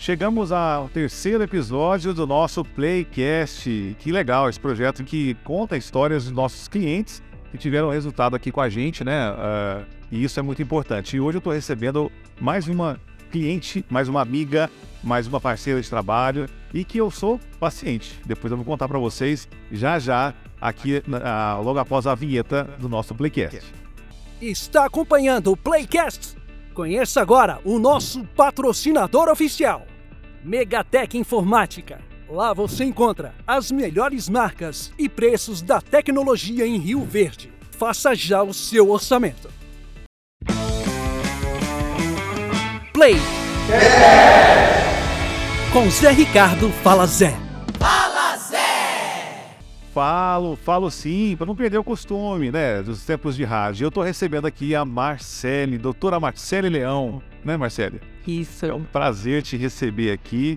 chegamos ao terceiro episódio do nosso Playcast. Que legal esse projeto que conta histórias dos nossos clientes que tiveram resultado aqui com a gente, né? E isso é muito importante. E hoje eu estou recebendo mais uma cliente, mais uma amiga, mais uma parceira de trabalho e que eu sou paciente. Depois eu vou contar para vocês já aqui logo após a vinheta do nosso Playcast. Está acompanhando o Playcast? Conheça agora o nosso patrocinador oficial, Megatec Informática. Lá você encontra as melhores marcas e preços da tecnologia em Rio Verde. Faça já o seu orçamento. Play! Com Zé Ricardo, fala Zé. Falo sim, para não perder o costume, né, dos tempos de rádio. Eu estou recebendo aqui a Marcele, doutora Marcele Leão, né, Marcele? Isso. É um prazer te receber aqui.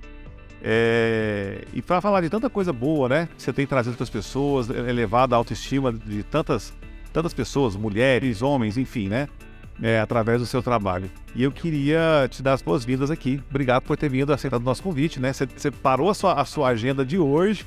E para falar de tanta coisa boa, né, que você tem trazido para as pessoas, elevado a autoestima de tantas pessoas, mulheres, homens, enfim, né, através do seu trabalho. E eu queria te dar as boas-vindas aqui. Obrigado por ter vindo, aceitado o nosso convite, né? Você parou a sua agenda de hoje,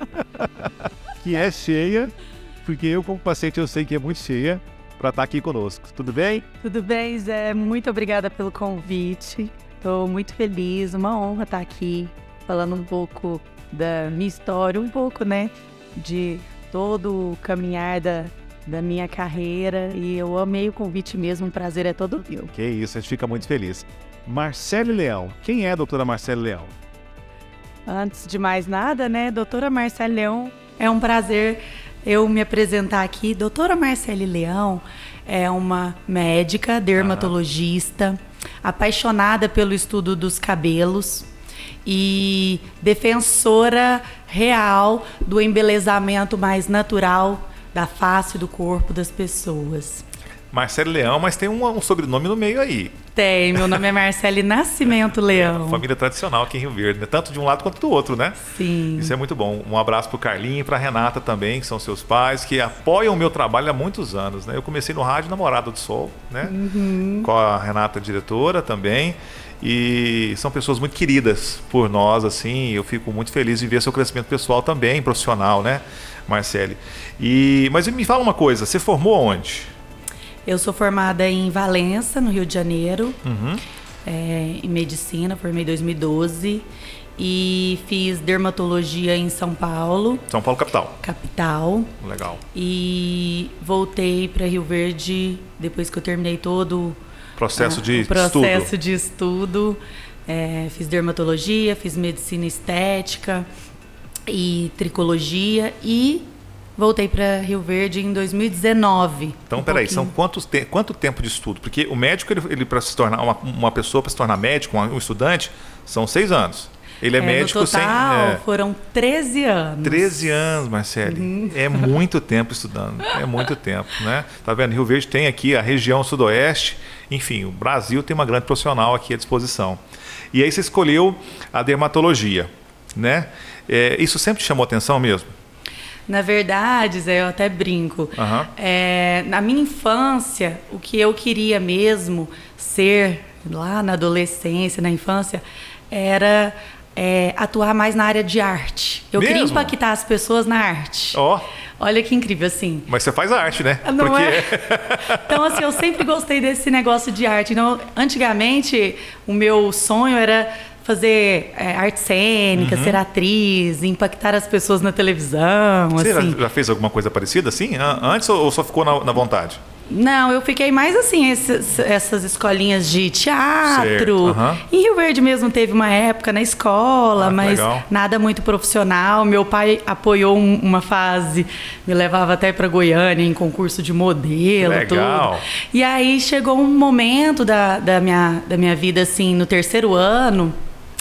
que é cheia, porque eu como paciente eu sei que é muito cheia, para estar aqui conosco. Tudo bem? Tudo bem, Zé. Muito obrigada pelo convite. Estou muito feliz, uma honra estar aqui falando um pouco da minha história, um pouco, né, de todo o caminhar da minha carreira, e eu amei o convite mesmo, o prazer é todo meu. Que isso, a gente fica muito feliz. Marcele Leão, quem é a doutora Marcele Leão? Antes de mais nada, né, doutora Marcele Leão, é um prazer eu me apresentar aqui. Doutora Marcele Leão é uma médica, dermatologista, apaixonada pelo estudo dos cabelos e defensora real do embelezamento mais natural da face e do corpo das pessoas. Marcele Leão, mas tem um sobrenome no meio aí. Tem, meu nome é Marcele Nascimento Leão. Família tradicional aqui em Rio Verde, né? Tanto de um lado quanto do outro, né? Sim. Isso é muito bom. Um abraço pro Carlinho e pra Renata também, que são seus pais, que apoiam o meu trabalho há muitos anos, né? Eu comecei no rádio Namorada do Sol, né? Com a Renata, diretora também. E são pessoas muito queridas por nós, assim. Eu fico muito feliz de ver seu crescimento pessoal também, profissional, né, Marcele? Mas me fala uma coisa, você formou onde? Eu sou formada em Valença, no Rio de Janeiro, em medicina, formei em 2012 e fiz dermatologia em São Paulo. São Paulo, capital. Capital. Legal. E voltei para Rio Verde depois que eu terminei todo o processo de estudo. Fiz dermatologia, fiz medicina estética e tricologia e voltei para Rio Verde em 2019. Então, peraí, são quanto tempo de estudo? Porque o médico, ele para se tornar uma pessoa, para se tornar médico, um estudante, são 6 anos. Ele é médico no total, foram 13 anos. 13 anos, Marcele. É muito tempo estudando. É muito tempo, né? Tá vendo? Rio Verde tem aqui a região sudoeste. Enfim, o Brasil tem uma grande profissional aqui à disposição. E aí você escolheu a dermatologia, né? Isso sempre te chamou atenção mesmo? Na verdade, Zé, eu até brinco. Na minha infância, o que eu queria mesmo ser, lá na adolescência, na infância, era atuar mais na área de arte. Eu queria impactar as pessoas na arte. Olha que incrível, assim. Mas você faz arte, né? Não é? Então, assim, eu sempre gostei desse negócio de arte. Então, antigamente, o meu sonho era fazer arte cênica, ser atriz, impactar as pessoas na televisão. Você assim. já fez alguma coisa parecida assim? Antes ou só ficou na vontade? Não, eu fiquei mais assim, essas escolinhas de teatro. Em Rio Verde mesmo teve uma época na escola, mas legal. Nada muito profissional. Meu pai apoiou uma fase, me levava até para Goiânia em concurso de modelo. Legal. Tudo. E aí chegou um momento da minha vida, assim, no terceiro ano,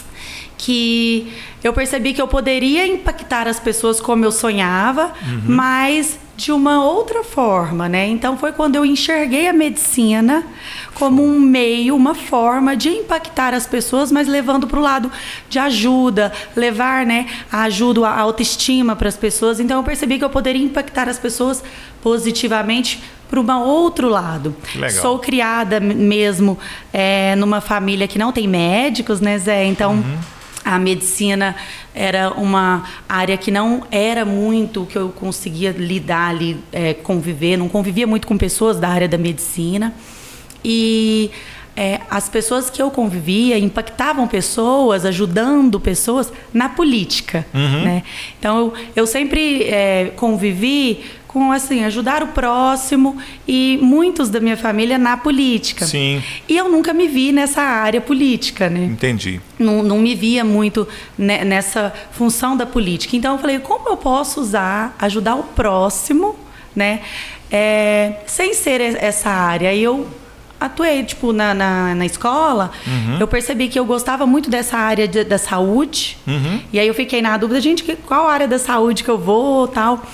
que eu percebi que eu poderia impactar as pessoas como eu sonhava, mas de uma outra forma, né? Então foi quando eu enxerguei a medicina como um meio, uma forma de impactar as pessoas, mas levando para o lado de ajuda, levar, né, a ajuda, a autoestima para as pessoas. Então eu percebi que eu poderia impactar as pessoas positivamente para um outro lado. Legal. Sou criada mesmo numa família que não tem médicos, né, Zé? Então, a medicina era uma área que não era muito que eu conseguia lidar ali, conviver. Não convivia muito com pessoas da área da medicina. E as pessoas que eu convivia impactavam pessoas, ajudando pessoas na política, né? Então eu sempre convivi com assim, ajudar o próximo e muitos da minha família na política. Sim. E eu nunca me vi nessa área política, né? Entendi. Não me via muito nessa função da política. Então eu falei, como eu posso ajudar o próximo, né? Sem ser essa área. E eu atuei, tipo, na escola, eu percebi que eu gostava muito dessa área da saúde. E aí eu fiquei na dúvida, gente, qual área da saúde que eu vou, tal.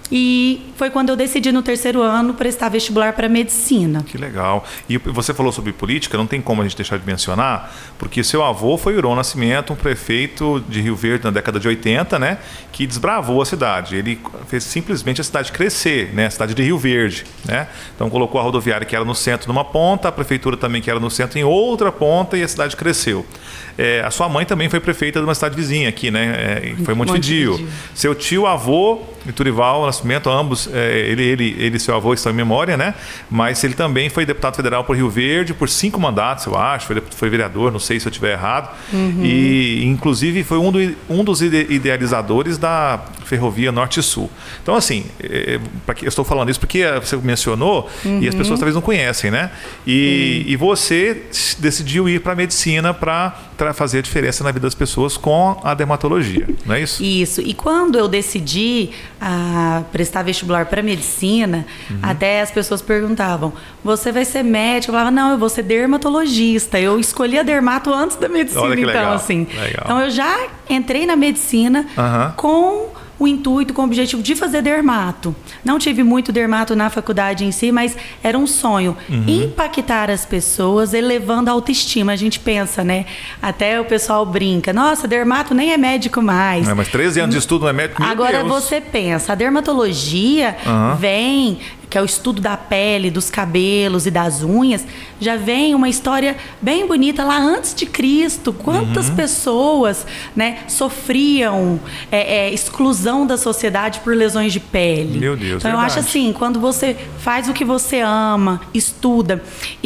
E foi quando eu decidi, no 3º ano, prestar vestibular para medicina. Que legal. E você falou sobre política, não tem como a gente deixar de mencionar, porque seu avô foi Iron Nascimento, um prefeito de Rio Verde na década de 80, né, que desbravou a cidade. Ele fez simplesmente a cidade crescer, né, a cidade de Rio Verde, né? Então colocou a rodoviária que era no centro numa ponta, a prefeitura também que era no centro em outra ponta, e a cidade cresceu. A sua mãe também foi prefeita de uma cidade vizinha aqui, né? Foi Montevidéu. Seu tio, avô, Iturival Nascimento, ambos, ele e seu avô estão em memória, né? Mas ele também foi deputado federal por Rio Verde por 5 mandatos, eu acho. Foi vereador, não sei se eu estiver errado. E, inclusive, foi um dos idealizadores da Ferrovia Norte e Sul. Então, assim, eu estou falando isso porque você mencionou e as pessoas talvez não conhecem, né? E você decidiu ir para a medicina para fazer a diferença na vida das pessoas com a dermatologia, não é isso? Isso. E quando eu decidi prestar vestibular para medicina, até as pessoas perguntavam, você vai ser médico? Eu falava, não, eu vou ser dermatologista. Eu escolhi a dermato antes da medicina. Olha que então, legal. assim. Legal. Então eu já entrei na medicina com o intuito, com o objetivo de fazer dermato. Não tive muito dermato na faculdade em si, mas era um sonho. Impactar as pessoas, elevando a autoestima. A gente pensa, né? Até o pessoal brinca, nossa, dermato nem é médico mais. Mas 13 anos de estudo não é médico. Agora você pensa, a dermatologia vem, que é o estudo da pele, dos cabelos e das unhas, já vem uma história bem bonita lá antes de Cristo. Quantas pessoas, né, sofriam exclusão da sociedade por lesões de pele. Meu Deus, então eu acho assim, quando você faz o que você ama, estuda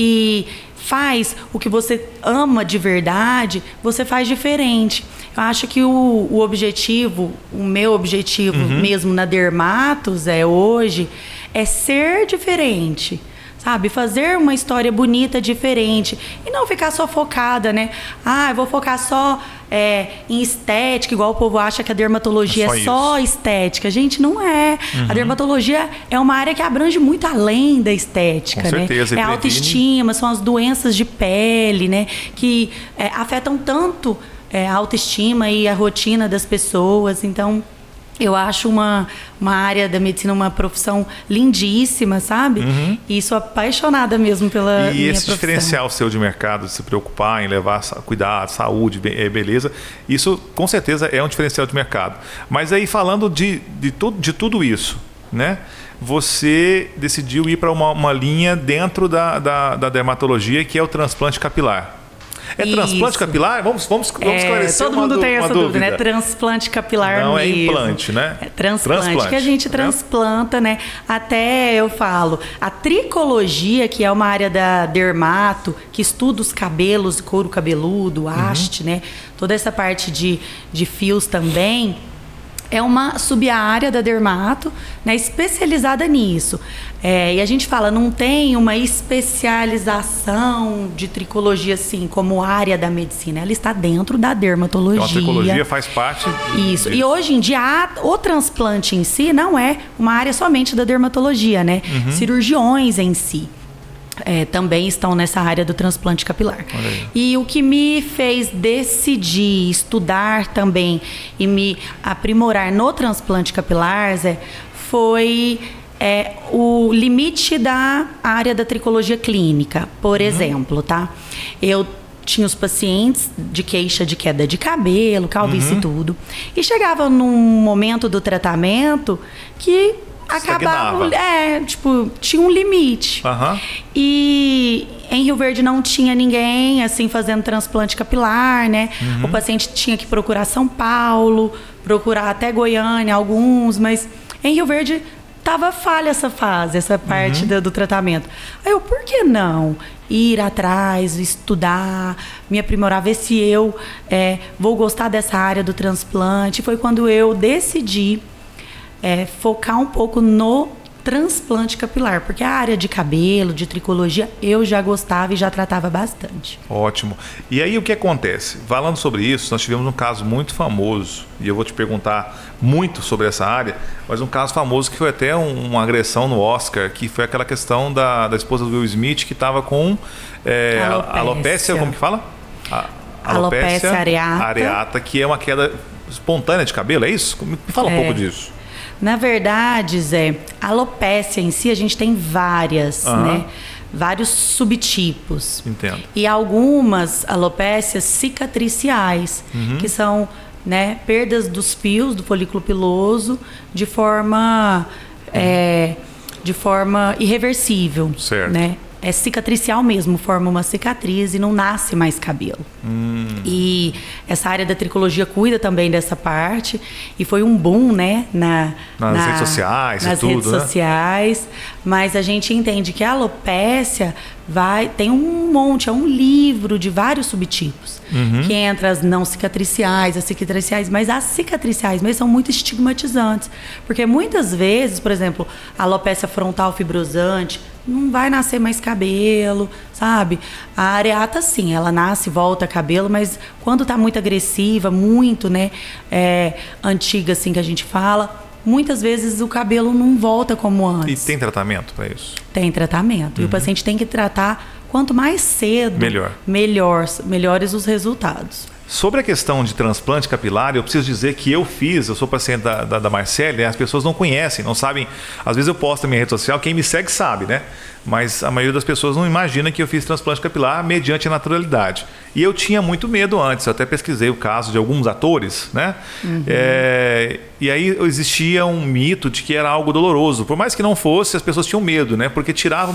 e faz o que você ama de verdade, você faz diferente. Eu acho que o objetivo, o meu objetivo mesmo na Dermatos hoje, é ser diferente, sabe? Fazer uma história bonita, diferente. E não ficar só focada, né? Eu vou focar só em estética, igual o povo acha que a dermatologia é só estética. Gente, não é. A dermatologia é uma área que abrange muito além da estética, com certeza, né? É a autoestima, são as doenças de pele, né? Que afetam tanto a autoestima e a rotina das pessoas. Então, eu acho uma área da medicina, uma profissão lindíssima, sabe? E sou apaixonada mesmo pela minha profissão. E esse diferencial seu de mercado, de se preocupar em levar cuidado, saúde, beleza, isso com certeza é um diferencial de mercado. Mas aí falando de tudo isso, né? Você decidiu ir para uma linha dentro da dermatologia, que é o transplante capilar. Transplante capilar? Vamos esclarecer. Todo mundo tem essa dúvida, né? Transplante capilar não mesmo. É implante, né? Transplante, que a gente transplanta, né? Até eu falo, a tricologia, que é uma área da dermato, que estuda os cabelos, couro cabeludo, haste, né? Toda essa parte de fios também. É uma sub-área da dermato, né, especializada nisso. E a gente fala, não tem uma especialização de tricologia assim, como área da medicina. Ela está dentro da dermatologia. Então a tricologia faz parte disso. E hoje em dia, o transplante em si não é uma área somente da dermatologia, né? Cirurgiões em si. Também estão nessa área do transplante capilar. E o que me fez decidir estudar também e me aprimorar no transplante capilar, Zé, foi o limite da área da tricologia clínica. Por exemplo, tá? Eu tinha os pacientes de queixa de queda de cabelo, calvície e tudo. E chegava num momento do tratamento que acabava, tinha um limite. E em Rio Verde não tinha ninguém assim fazendo transplante capilar, né? O paciente tinha que procurar São Paulo, procurar até Goiânia, alguns, mas em Rio Verde tava falha essa parte do tratamento. Aí eu, por que não ir atrás, estudar, me aprimorar, ver se eu vou gostar dessa área do transplante? Foi quando eu decidi focar um pouco no transplante capilar, porque a área de cabelo, de tricologia, eu já gostava e já tratava bastante. Ótimo. E aí o que acontece? Falando sobre isso, nós tivemos um caso muito famoso, e eu vou te perguntar muito sobre essa área, mas um caso famoso que foi até uma agressão no Oscar, que foi aquela questão da esposa do Will Smith, que estava com alopécia, como que fala? Alopécia areata, que é uma queda espontânea de cabelo, é isso? Me fala um pouco disso. Na verdade, Zé, a alopécia em si, a gente tem várias, né? Vários subtipos. Entendo. E algumas alopécias cicatriciais, que são, né, perdas dos fios do folículo piloso de forma irreversível. Certo. Né? É cicatricial mesmo, forma uma cicatriz e não nasce mais cabelo. E essa área da tricologia cuida também dessa parte. E foi um boom, né? Nas redes sociais nas e tudo, redes sociais. Mas a gente entende que a alopécia tem um monte, é um livro de vários subtipos. Que entra as não cicatriciais, as cicatriciais. Mas as cicatriciais mesmo são muito estigmatizantes. Porque muitas vezes, por exemplo, a alopécia frontal fibrosante, não vai nascer mais cabelo, sabe? A areata, sim, ela nasce, volta cabelo, mas quando tá muito agressiva, muito, né, antiga, assim, que a gente fala, muitas vezes o cabelo não volta como antes. E tem tratamento para isso? Tem tratamento. E o paciente tem que tratar quanto mais cedo, melhores os resultados. Sobre a questão de transplante capilar, eu preciso dizer que eu sou paciente da Marcele, as pessoas não conhecem, não sabem. Às vezes eu posto na minha rede social, quem me segue sabe, né? Mas a maioria das pessoas não imagina que eu fiz transplante capilar mediante a naturalidade. E eu tinha muito medo antes, eu até pesquisei o caso de alguns atores, né? E aí existia um mito de que era algo doloroso. Por mais que não fosse, as pessoas tinham medo, né? Porque tirava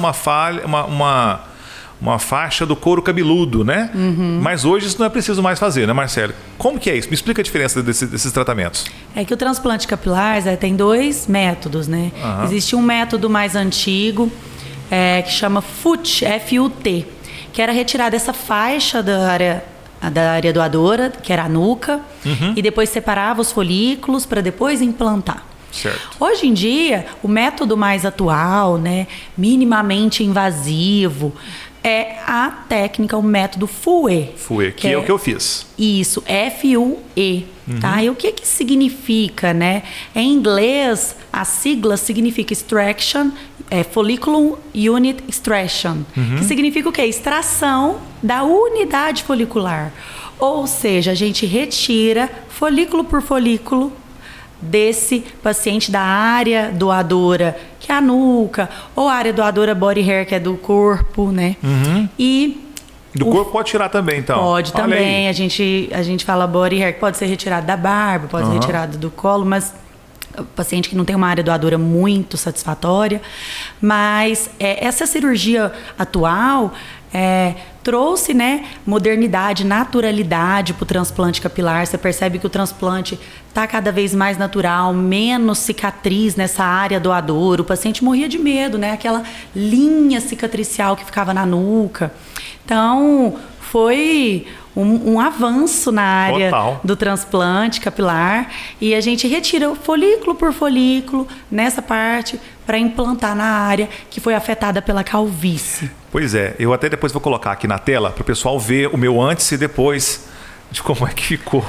uma faixa do couro cabeludo, né? Mas hoje isso não é preciso mais fazer, né, Marcele? Como que é isso? Me explica a diferença desses tratamentos. É que o transplante capilar tem dois métodos, né? Existe um método mais antigo, que chama FUT, F-U-T, que era retirar dessa faixa da área doadora, que era a nuca, e depois separava os folículos para depois implantar. Certo. Hoje em dia, o método mais atual, né, minimamente invasivo, é a técnica, o método FUE. FUE, que é o que eu fiz. Isso, F-U-E. Tá? E o que significa, né? Em inglês, a sigla significa extraction, follicle unit extraction, que significa o quê? Extração da unidade folicular. Ou seja, a gente retira folículo por folículo desse paciente da área doadora, que é a nuca, ou a área doadora body hair, que é do corpo, né? E do corpo pode tirar também, então? Pode também. A gente fala body hair, que pode ser retirado da barba, pode ser retirado do colo, mas o paciente que não tem uma área doadora muito satisfatória. Mas essa cirurgia atual trouxe, né, modernidade, naturalidade para o transplante capilar. Você percebe que o transplante está cada vez mais natural, menos cicatriz nessa área doadora. O paciente morria de medo, né? Aquela linha cicatricial que ficava na nuca. Então, foi um avanço na área do transplante capilar, e a gente retira folículo por folículo nessa parte para implantar na área que foi afetada pela calvície. Pois é, eu até depois vou colocar aqui na tela para o pessoal ver o meu antes e depois de como é que ficou.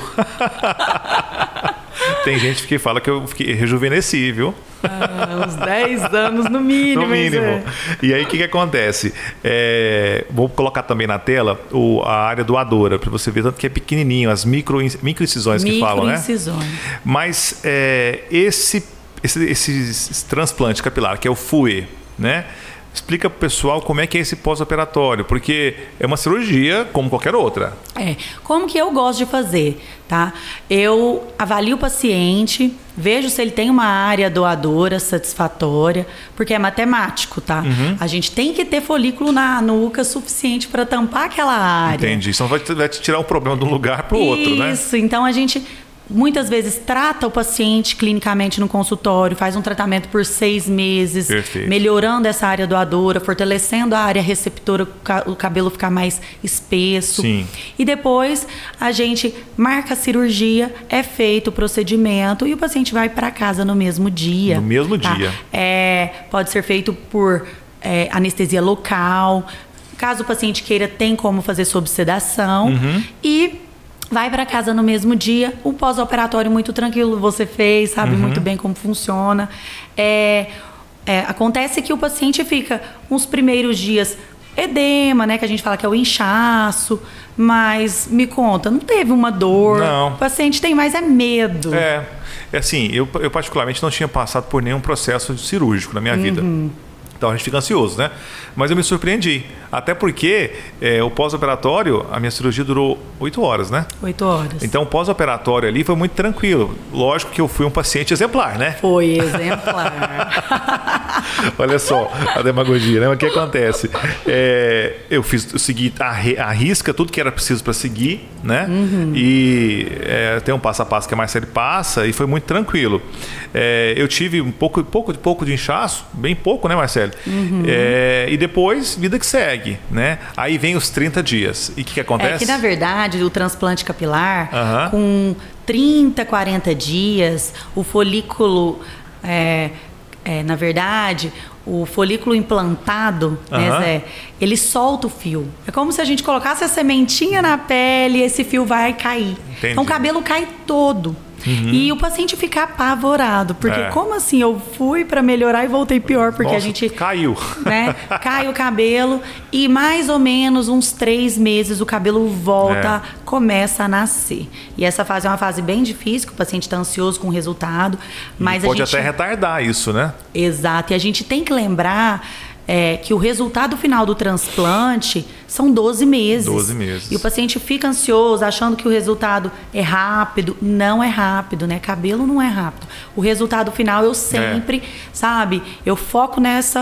Tem gente que fala que eu rejuvenesci, viu? Uns 10 anos no mínimo. No mínimo. E aí o que acontece? Vou colocar também na tela a área doadora, para você ver tanto que é pequenininho, as microincisões que falam, né? Mas esse transplante capilar, que é o FUE, né? Explica pro pessoal como é que é esse pós-operatório, porque é uma cirurgia como qualquer outra. Como que eu gosto de fazer, tá? Eu avalio o paciente, vejo se ele tem uma área doadora satisfatória, porque é matemático, tá? A gente tem que ter folículo na nuca suficiente para tampar aquela área. Entendi. Senão vai te tirar um problema de um lugar para o outro, né? Isso, então a gente muitas vezes trata o paciente clinicamente no consultório, faz um tratamento por 6 meses, Perfeito. melhorando essa área doadora, fortalecendo a área receptora, o cabelo ficar mais espesso. Sim. E depois a gente marca a cirurgia, é feito o procedimento e o paciente vai para casa no mesmo dia. No mesmo dia. Pode ser feito por anestesia local. Caso o paciente queira, tem como fazer sob sedação. E vai para casa no mesmo dia. O pós-operatório muito tranquilo, você fez, sabe muito bem como funciona. Acontece que o paciente fica uns primeiros dias edema, né? Que a gente fala que é o inchaço. Mas me conta, não teve uma dor? Não. O paciente tem mais medo. Assim, eu particularmente não tinha passado por nenhum processo cirúrgico na minha vida. Então a gente fica ansioso, né? Mas eu me surpreendi. Até porque o pós-operatório, a minha cirurgia durou 8 horas, né? 8 horas. Então o pós-operatório ali foi muito tranquilo. Lógico que eu fui um paciente exemplar, né? Foi exemplar. Olha só a demagogia, né? Mas o que acontece? Eu segui à risca tudo que era preciso para seguir, né? E tem um passo a passo que a Marcele passa e foi muito tranquilo. Eu tive um pouco de inchaço, bem pouco, né, Marcele? E depois, vida que segue, né? Aí vem os 30 dias. E o que acontece? É que, na verdade, o transplante capilar, com 30, 40 dias, o folículo, na verdade, o folículo implantado, né, Zé, ele solta o fio. É como se a gente colocasse a sementinha na pele e esse fio vai cair. Entendi. Então o cabelo cai todo. E o paciente fica apavorado, porque como assim? Eu fui para melhorar e voltei pior, porque Nossa, a gente... caiu. Né, cai o cabelo e mais ou menos uns 3 meses o cabelo volta, começa a nascer. E essa fase é uma fase bem difícil, que o paciente está ansioso com o resultado. Mas pode até retardar isso, né? Exato. E a gente tem que lembrar que o resultado final do transplante são 12 meses. 12 meses. E o paciente fica ansioso, achando que o resultado é rápido. Não é rápido, né? Cabelo não é rápido. O resultado final eu sempre, sabe? Eu foco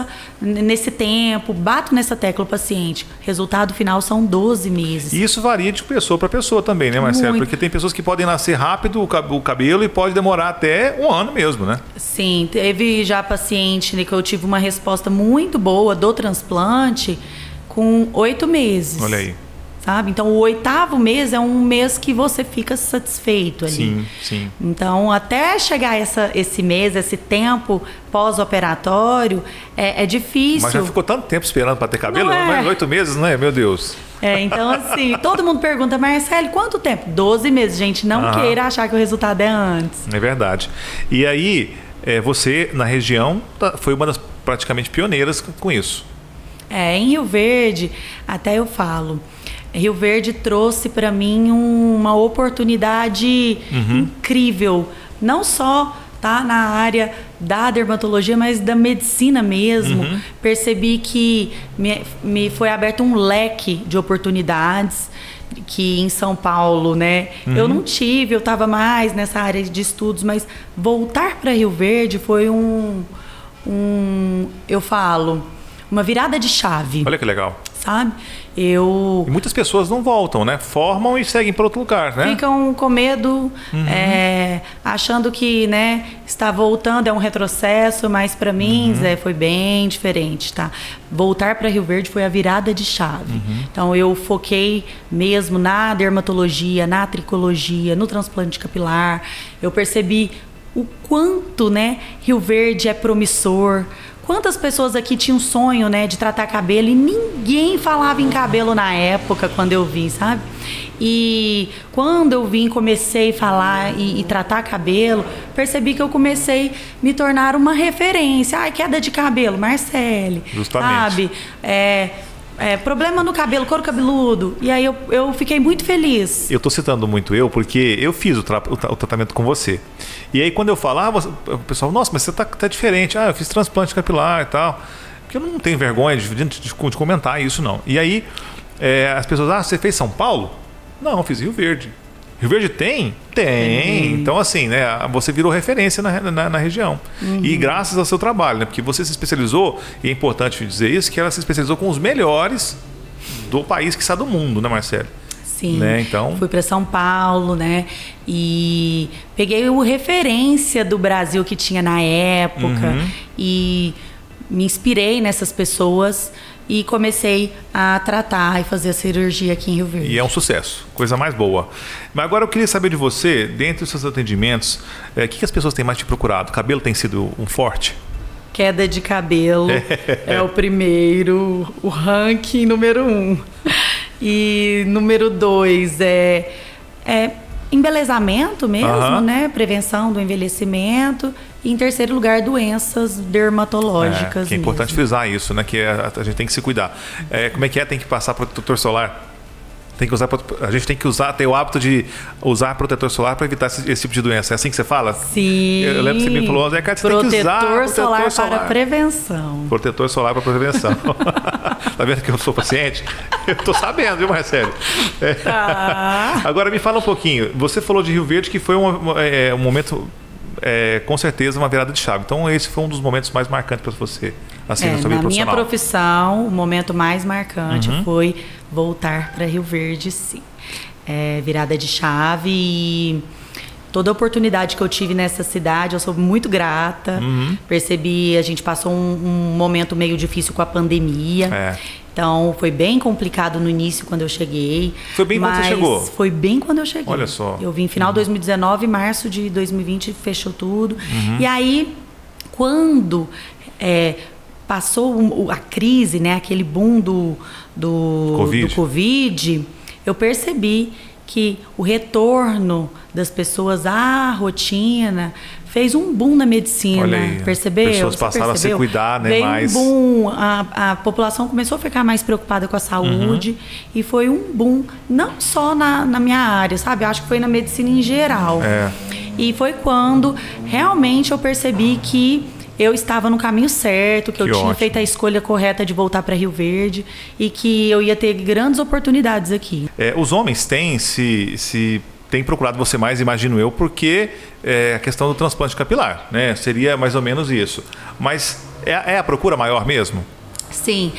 nesse tempo, bato nessa tecla o paciente. Resultado final são 12 meses. E isso varia de pessoa para pessoa também, né, Marcelo? Porque tem pessoas que podem nascer rápido o cabelo e pode demorar até 1 ano mesmo, né? Sim, teve já paciente, né, que eu tive uma resposta muito boa do transplante com 8 meses. Olha aí. Sabe? Então, o 8º mês é um mês que você fica satisfeito ali. Sim, sim. Então, até chegar esse mês, esse tempo pós-operatório, é difícil. Mas já ficou tanto tempo esperando para ter cabelo? Não é? 8 meses, né? Meu Deus. Então, assim, todo mundo pergunta, Marcele, quanto tempo? 12 meses, gente. Não queira achar que o resultado é antes. É verdade. E aí, você, na região, foi uma das praticamente pioneiras com isso. Em Rio Verde, até eu falo, Rio Verde trouxe para mim uma oportunidade incrível, não só na área da dermatologia, mas da medicina mesmo. Percebi que me foi aberto um leque de oportunidades que em São Paulo, né? Eu não tive, eu estava mais nessa área de estudos, mas voltar para Rio Verde foi eu falo, uma virada de chave. Olha que legal. Sabe? E muitas pessoas não voltam, né? Formam e seguem para outro lugar, né? Ficam com medo, achando que, né, está voltando, é um retrocesso, mas para mim, Zé, foi bem diferente, tá? Voltar para Rio Verde foi a virada de chave. Então, eu foquei mesmo na dermatologia, na tricologia, no transplante capilar. Eu percebi o quanto, né, Rio Verde é promissor. Quantas pessoas aqui tinham sonho, né, de tratar cabelo e ninguém falava em cabelo na época quando eu vim, sabe? E quando eu vim, comecei a falar e tratar cabelo, percebi que eu comecei a me tornar uma referência. Queda de cabelo, Marcele. Justamente. Sabe? Problema no cabelo, couro cabeludo. E aí eu fiquei muito feliz. Eu estou citando muito porque eu fiz o tratamento com você. E aí quando eu falava, o pessoal, nossa, mas você tá diferente. Eu fiz transplante capilar e tal. Porque eu não tenho vergonha de comentar isso, não. E aí, as pessoas, você fez São Paulo? Não, eu fiz Rio Verde. Rio Verde tem? Tem. Então, assim, né, você virou referência na região. E graças ao seu trabalho, né, porque você se especializou, e é importante dizer isso, que ela se especializou com os melhores do país, que está do mundo, né, Marcele? Sim, né? Então... fui para São Paulo, né? E peguei o referência do Brasil que tinha na época e me inspirei nessas pessoas e comecei a tratar e fazer a cirurgia aqui em Rio Verde. E é um sucesso, coisa mais boa. Mas agora eu queria saber de você, dentre os seus atendimentos, o que as pessoas têm mais te procurado? O cabelo tem sido um forte? Queda de cabelo é o primeiro, o ranking número 1. E número 2 é embelezamento mesmo, né? Prevenção do envelhecimento. E em terceiro lugar, doenças dermatológicas. Que é importante frisar isso, né? Que a gente tem que se cuidar. Como é que é? Tem que passar protetor solar? A gente tem que ter o hábito de usar protetor solar para evitar esse tipo de doença. É assim que você fala? Sim. Eu lembro que você me falou, Zé, você tem que usar protetor solar para prevenção. Protetor solar para prevenção. Tá vendo que eu sou paciente? Eu tô sabendo, viu, Marcele? Tá. Agora me fala um pouquinho. Você falou de Rio Verde, que foi um momento... com certeza uma virada de chave. Então esse foi um dos momentos mais marcantes para você, assim, na sua vida profissional. Na minha profissão, o momento mais marcante foi voltar para Rio Verde, sim. Virada de chave e toda a oportunidade que eu tive nessa cidade, eu sou muito grata. Percebi, a gente passou um momento meio difícil com a pandemia. Então, foi bem complicado no início, quando eu cheguei. Foi bem quando você chegou? Foi bem quando eu cheguei. Olha só. Eu vim em final de 2019, março de 2020, fechou tudo. E aí, quando passou a crise, né, aquele boom do Covid, eu percebi que o retorno das pessoas à rotina fez um boom na medicina. Olha aí, percebeu? Pessoas passaram a se cuidar, né? Veio um boom, a população começou a ficar mais preocupada com a saúde e foi um boom, não só na minha área, sabe? Eu acho que foi na medicina em geral. E foi quando realmente eu percebi que eu estava no caminho certo, que eu tinha feito a escolha correta de voltar para Rio Verde e que eu ia ter grandes oportunidades aqui. Os homens têm tem procurado você mais, imagino eu, porque a questão do transplante capilar, né? Seria mais ou menos isso. Mas é a procura maior mesmo? Sim.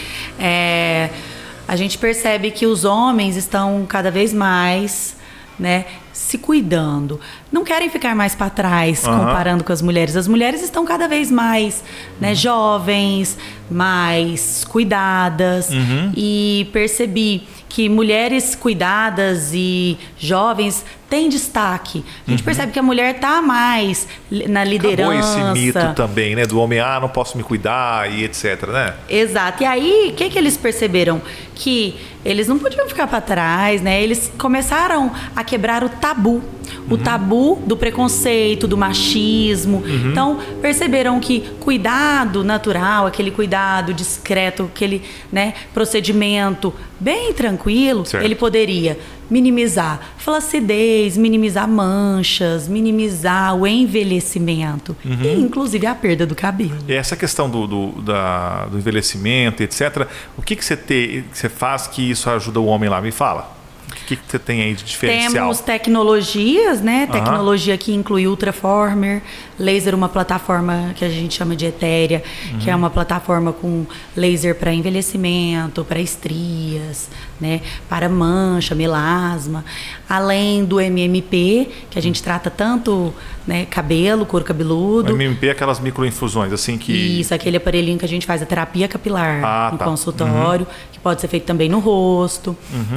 A gente percebe que os homens estão cada vez mais, né, se cuidando. Não querem ficar mais para trás comparando com as mulheres. As mulheres estão cada vez mais, né, jovens, mais cuidadas. E percebi que mulheres cuidadas e jovens têm destaque. A gente percebe que a mulher está mais na liderança. Acabou esse mito também, né? Do homem, não posso me cuidar e etc, né? Exato. E aí, o que eles perceberam? Que eles não podiam ficar para trás, né? Eles começaram a quebrar o tabu. O tabu do preconceito, do machismo. Então, perceberam que cuidado natural, aquele cuidado discreto, aquele, né, procedimento bem tranquilo, ele poderia minimizar flacidez, minimizar manchas, minimizar o envelhecimento e, inclusive, a perda do cabelo. E essa questão do envelhecimento, etc., o que você faz que isso ajuda o homem lá? Me fala. O que você tem aí de diferencial? Temos tecnologias, né? Tecnologia que inclui Ultraformer, laser, uma plataforma que a gente chama de etérea, que é uma plataforma com laser para envelhecimento, para estrias, né? Para mancha, melasma. Além do MMP, que a gente trata tanto, né, cabelo, couro cabeludo. O MMP é aquelas microinfusões, assim que... Isso, aquele aparelhinho que a gente faz a terapia capilar no consultório, que pode ser feito também no rosto.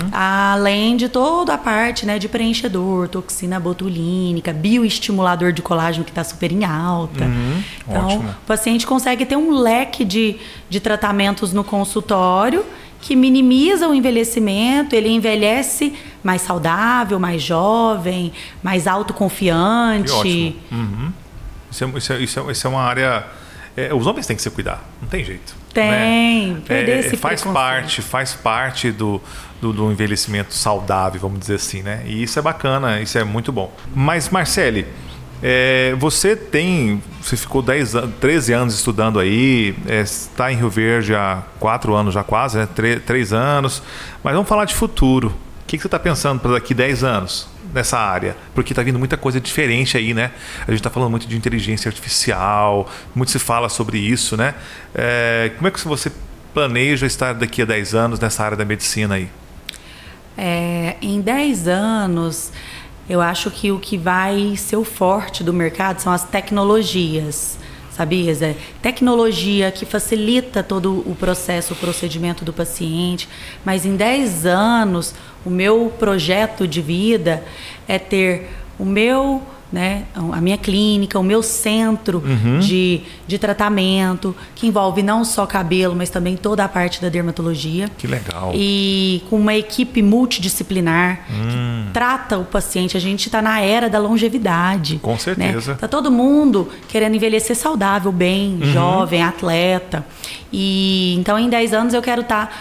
Além de toda a parte, né, de preenchedor, toxina botulínica, bioestimulador de colágeno que está super em alta. Então, ótimo. O paciente consegue ter um leque de tratamentos no consultório que minimiza o envelhecimento, ele envelhece mais saudável, mais jovem, mais autoconfiante. Que ótimo. Isso é uma área... os homens têm que se cuidar, não tem jeito. Tem, né? perder esse faz parte do envelhecimento saudável, vamos dizer assim, né? E isso é bacana, isso é muito bom. Mas, Marcele, Você ficou 13 anos estudando aí, está em Rio Verde há 4 anos já quase, né? 3 anos. Mas vamos falar de futuro. O que você está pensando para daqui 10 anos nessa área? Porque está vindo muita coisa diferente aí, né? A gente está falando muito de inteligência artificial, muito se fala sobre isso, né? Como é que você planeja estar daqui a 10 anos nessa área da medicina aí? Em 10 anos... Eu acho que o que vai ser o forte do mercado são as tecnologias, sabia, Zé? Tecnologia que facilita todo o processo, o procedimento do paciente. Mas em 10 anos, o meu projeto de vida é ter a minha clínica, o meu centro de tratamento, que envolve não só cabelo, mas também toda a parte da dermatologia. Que legal. E com uma equipe multidisciplinar que trata o paciente. A gente está na era da longevidade. Com certeza. Está todo mundo querendo envelhecer saudável, bem, jovem, atleta. E então, em 10 anos, eu quero estar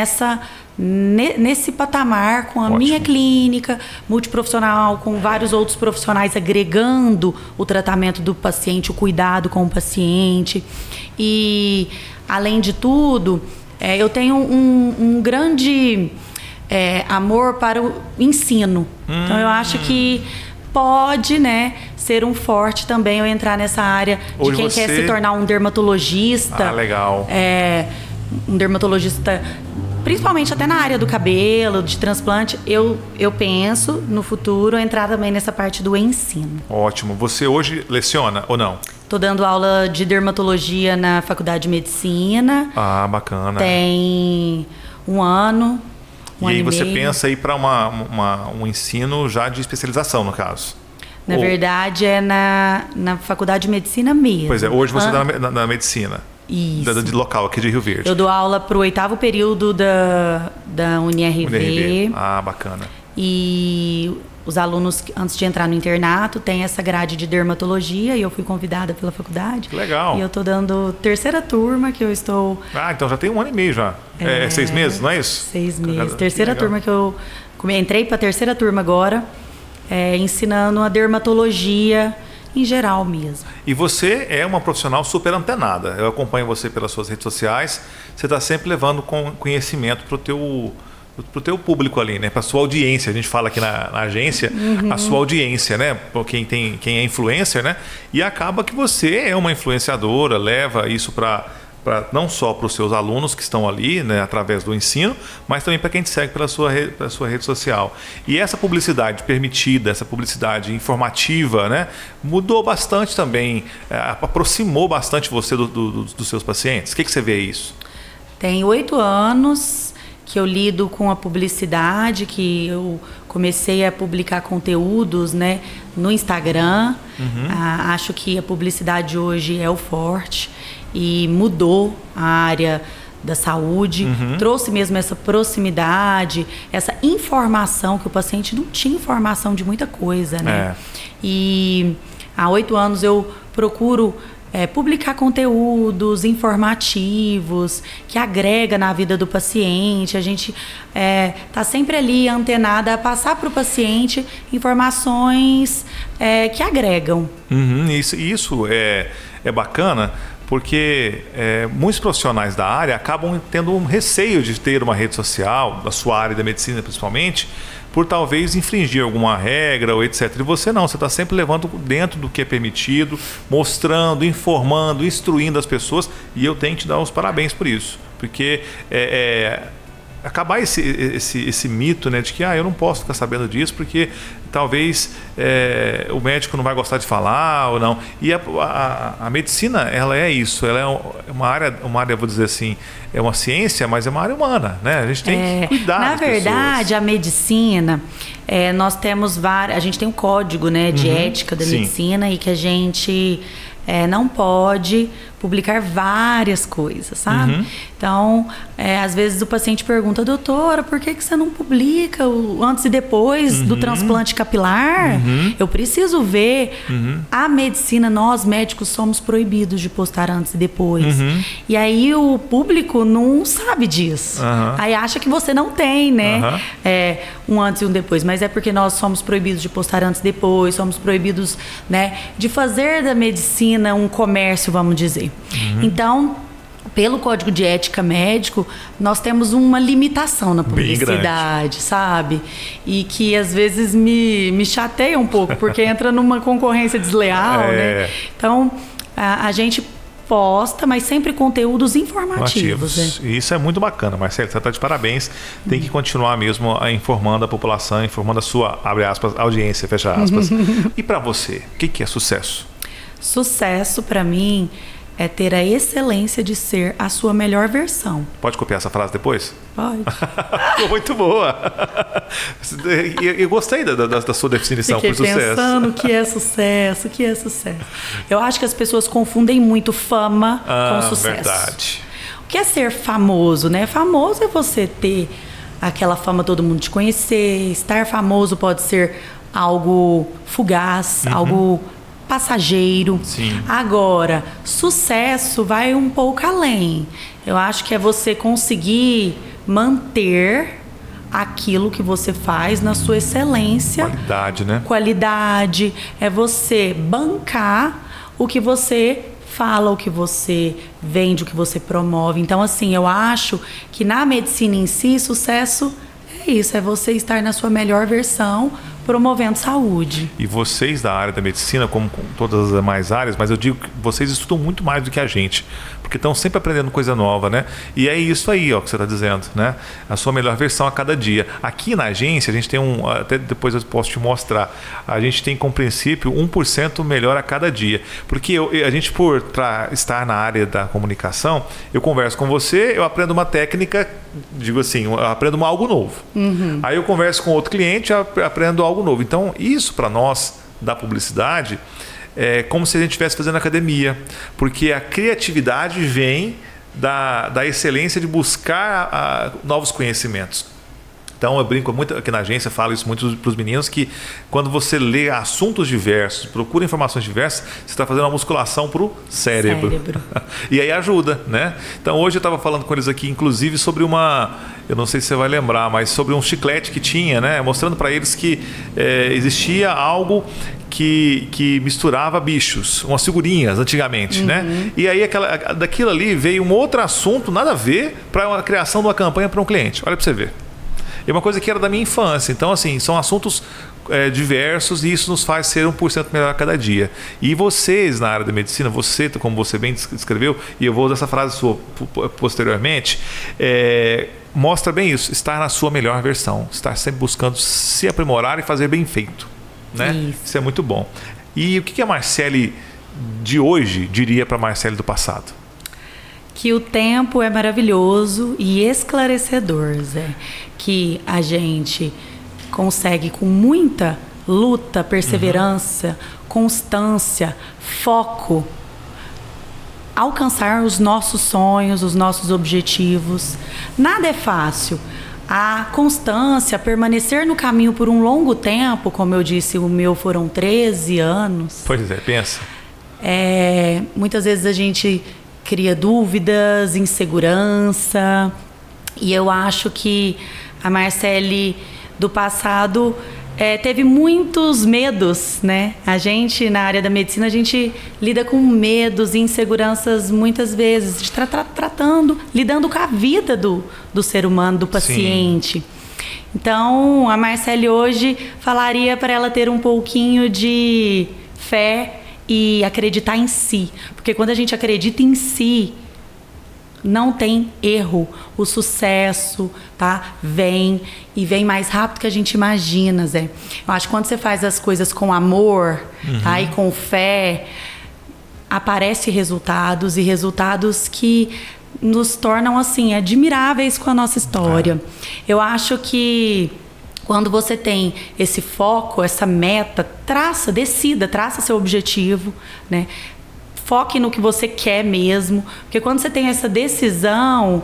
nesse patamar com a minha clínica multiprofissional, com vários outros profissionais agregando o tratamento do paciente, o cuidado com o paciente. E, além de tudo, eu tenho um grande amor para o ensino. Então, eu acho que pode, ser um forte também eu entrar nessa área de quem quer se tornar um dermatologista. Legal. Um dermatologista, principalmente até na área do cabelo, de transplante. Eu penso, no futuro, entrar também nessa parte do ensino. Ótimo. Você hoje leciona ou não? Estou dando aula de dermatologia na Faculdade de Medicina. Bacana. Tem 1 ano, e aí você pensa ir para um ensino já de especialização, no caso? Na verdade, é na Faculdade de Medicina mesmo. Pois é, hoje você está na medicina. Isso. De local, aqui de Rio Verde. Eu dou aula para o 8º período da UniRV. Bacana. E os alunos, antes de entrar no internato, têm essa grade de dermatologia, e eu fui convidada pela faculdade. Que legal. E eu estou dando 3ª turma que eu estou... Então já tem 1 ano e meio já. 6 meses, não é isso? 6 meses. 3ª turma que eu... Entrei para a 3ª turma agora, ensinando a dermatologia em geral mesmo. E você é uma profissional super antenada. Eu acompanho você pelas suas redes sociais. Você está sempre levando conhecimento para o teu público ali, né? Para a sua audiência. A gente fala aqui na agência, a sua audiência, né? Quem é influencer, né? E acaba que você é uma influenciadora, leva isso não só para os seus alunos que estão ali, né, através do ensino, mas também para quem te segue pela sua rede social. E essa publicidade permitida, essa publicidade informativa, né, mudou bastante também, aproximou bastante você dos seus pacientes. O que você vê isso? Tem 8 anos que eu lido com a publicidade, que eu comecei a publicar conteúdos, né, no Instagram. Acho que a publicidade hoje é o forte. E mudou a área da saúde, trouxe mesmo essa proximidade, essa informação, que o paciente não tinha informação de muita coisa, né? E há 8 anos eu procuro publicar conteúdos informativos, que agrega na vida do paciente. A gente está sempre ali antenada a passar para o paciente informações que agregam. Isso é bacana, porque muitos profissionais da área acabam tendo um receio de ter uma rede social, da sua área da medicina principalmente, por talvez infringir alguma regra ou etc. E você não, você está sempre levando dentro do que é permitido, mostrando, informando, instruindo as pessoas, e eu tenho que te dar os parabéns por isso, porque acabar esse mito, né, de que eu não posso ficar sabendo disso porque talvez o médico não vai gostar de falar ou não. E a medicina, ela é isso, ela é uma área, vou dizer assim, é uma ciência, mas é uma área humana, né? A gente tem que cuidar das pessoas. Na verdade, a medicina, nós temos a gente tem um código, né, de ética da medicina, e que a gente não pode publicar várias coisas, sabe? Então, às vezes o paciente pergunta, doutora, por que você não publica o antes e depois do transplante capilar? Eu preciso ver. A medicina, nós médicos somos proibidos de postar antes e depois. E aí o público não sabe disso. Aí acha que você não tem, né? Um antes e um depois. Mas é porque nós somos proibidos de postar antes e depois, somos proibidos, né, de fazer da medicina um comércio, vamos dizer. Então, pelo Código de Ética Médico, nós temos uma limitação na publicidade, sabe? E que às vezes me chateia um pouco, porque entra numa concorrência desleal, né? Então, a gente posta, mas sempre conteúdos informativos. Né? Isso é muito bacana, Marcele, você está de parabéns. Tem que continuar mesmo informando a população, informando a sua, abre aspas, audiência, fecha aspas. E para você, o que é sucesso? Sucesso, para mim, é ter a excelência de ser a sua melhor versão. Pode copiar essa frase depois? Pode. Ficou muito boa. Eu gostei da sua definição por sucesso. Fiquei pensando o que é sucesso, o que é sucesso. Eu acho que as pessoas confundem muito fama com sucesso. Verdade. O que é ser famoso, né? Famoso é você ter aquela fama, todo mundo te conhecer. Estar famoso pode ser algo fugaz, algo passageiro. Sim. Agora, sucesso vai um pouco além. Eu acho que é você conseguir manter aquilo que você faz na sua excelência. Qualidade, né? Qualidade. É você bancar o que você fala, o que você vende, o que você promove. Então, assim, eu acho que na medicina em si, sucesso é isso, é você estar na sua melhor versão, promovendo saúde. E vocês da área da medicina, como com todas as demais áreas, mas eu digo que vocês estudam muito mais do que a gente, porque estão sempre aprendendo coisa nova, né? E é isso aí, ó, que você está dizendo, né? A sua melhor versão a cada dia. Aqui na agência, a gente tem até depois eu posso te mostrar, a gente tem como princípio 1% melhor a cada dia. Porque a gente, por estar na área da comunicação, eu converso com você, eu aprendo uma técnica, digo assim, eu aprendo algo novo. Aí eu converso com outro cliente, eu aprendo algo novo. Então, isso para nós da publicidade é como se a gente estivesse fazendo academia, porque a criatividade vem da excelência de buscar novos conhecimentos. Então, eu brinco muito aqui na agência, falo isso muito para os meninos, que quando você lê assuntos diversos, procura informações diversas, você está fazendo uma musculação para o cérebro. E aí ajuda, né? Então, hoje eu estava falando com eles aqui, inclusive, sobre eu não sei se você vai lembrar, mas sobre um chiclete que tinha, né? Mostrando para eles que existia algo que misturava bichos, umas figurinhas antigamente, né? E aí daquilo ali veio um outro assunto, nada a ver, para a criação de uma campanha para um cliente. Olha para você ver. É uma coisa que era da minha infância. Então, assim, são assuntos diversos e isso nos faz ser 1% melhor a cada dia. E vocês, na área da medicina, você, como você bem descreveu, e eu vou usar essa frase sua posteriormente, mostra bem isso, estar na sua melhor versão, estar sempre buscando se aprimorar e fazer bem feito. Né? Isso é muito bom. E o que a Marcele de hoje diria para a Marcele do passado? Que o tempo é maravilhoso e esclarecedor, Zé. Que a gente consegue, com muita luta, perseverança, constância, foco, alcançar os nossos sonhos, os nossos objetivos. Nada é fácil. A constância, permanecer no caminho por um longo tempo, como eu disse, o meu foram 13 anos. Pois é, pensa. Muitas vezes a gente cria dúvidas, insegurança, e eu acho que a Marcele do passado teve muitos medos, né? A gente, na área da medicina, a gente lida com medos e inseguranças muitas vezes, de lidando com a vida do ser humano, do paciente. Sim. Então, a Marcele hoje falaria para ela ter um pouquinho de fé e acreditar em si. Porque quando a gente acredita em si, não tem erro. O sucesso, tá? Vem mais rápido que a gente imagina, Zé. Eu acho que quando você faz as coisas com amor, tá? E com fé, aparecem resultados, e resultados que nos tornam, assim, admiráveis com a nossa história. Eu acho que quando você tem esse foco, essa meta, traça seu objetivo, né? foque no que você quer mesmo, porque quando você tem essa decisão,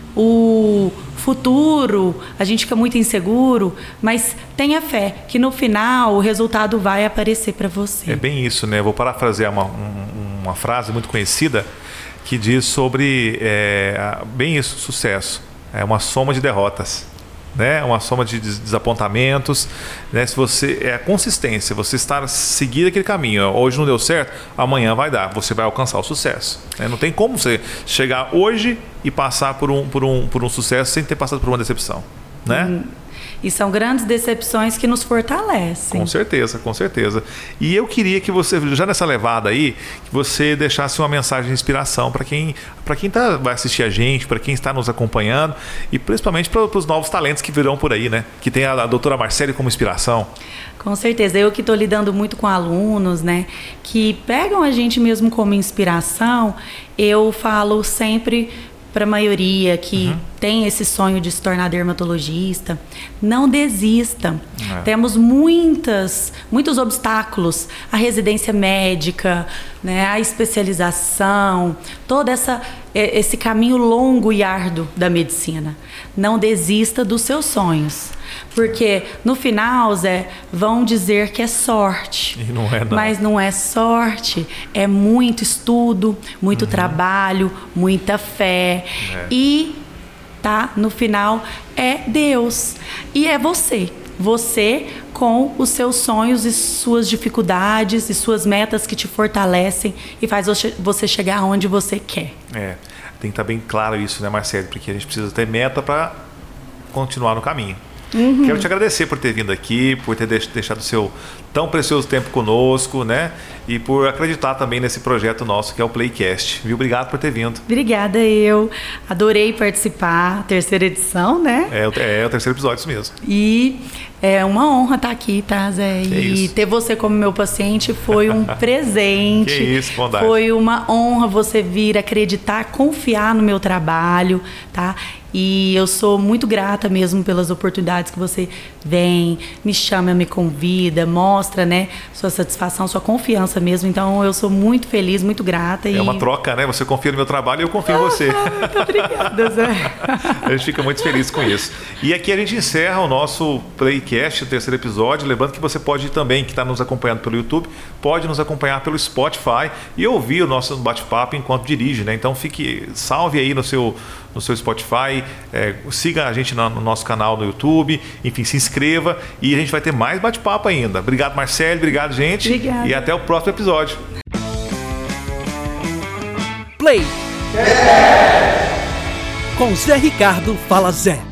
o futuro, a gente fica muito inseguro, mas tenha fé que no final o resultado vai aparecer para você. É bem isso, né? Eu vou parafrasear uma frase muito conhecida que diz sobre, bem isso, sucesso. É uma soma de derrotas. Né? Uma soma de desapontamentos, né? Se você a consistência, você estar seguir aquele caminho, hoje não deu certo, amanhã vai dar, você vai alcançar o sucesso, né? Não tem como você chegar hoje e passar por um sucesso sem ter passado por uma decepção, né? E são grandes decepções que nos fortalecem. Com certeza, com certeza. E eu queria que você, já nessa levada aí, que você deixasse uma mensagem de inspiração para quem vai assistir a gente, para quem está nos acompanhando e principalmente para os novos talentos que virão por aí, né? Que tem a doutora Marcele como inspiração. Com certeza. Eu que estou lidando muito com alunos, né? Que pegam a gente mesmo como inspiração. Eu falo sempre para a maioria que tem esse sonho de se tornar dermatologista, não desista. Temos muitos obstáculos, a residência médica, né, a especialização, todo esse caminho longo e árduo da medicina. Não desista dos seus sonhos. Porque no final, Zé, vão dizer que é sorte. E não é, não. Mas não é sorte, é muito estudo, muito trabalho, muita fé. E no final é Deus. E é você. Você com os seus sonhos e suas dificuldades e suas metas que te fortalecem e faz você chegar onde você quer. Tem que estar bem claro isso, né, Marcele? Porque a gente precisa ter meta para continuar no caminho. Quero te agradecer por ter vindo aqui, por ter deixado o seu tão precioso tempo conosco, né? E por acreditar também nesse projeto nosso que é o Playcast. Viu? Obrigado por ter vindo. Obrigada, eu adorei participar, terceira edição, né? É o terceiro episódio, isso mesmo. E é uma honra estar aqui, tá, Zé? E ter você como meu paciente foi um presente. Que isso, bondade. Foi uma honra você vir acreditar, confiar no meu trabalho, tá? E eu sou muito grata mesmo pelas oportunidades que você vem, me chama, me convida, mostra, né, sua satisfação, sua confiança mesmo. Então eu sou muito feliz, muito grata. É uma troca, né? Você confia no meu trabalho e eu confio em você. Muito obrigada, Zé. A gente fica muito feliz com isso. E aqui a gente encerra o nosso Playcast, o terceiro episódio. Lembrando que você pode também, que está nos acompanhando pelo YouTube, pode nos acompanhar pelo Spotify e ouvir o nosso bate-papo enquanto dirige, né? Então salve aí no seu Spotify, siga a gente no nosso canal no YouTube, enfim, se inscreva e a gente vai ter mais bate-papo ainda. Obrigado, Marcele, obrigado, gente. Obrigada. E até o próximo episódio. Play. Com Zé Ricardo Fala Zé.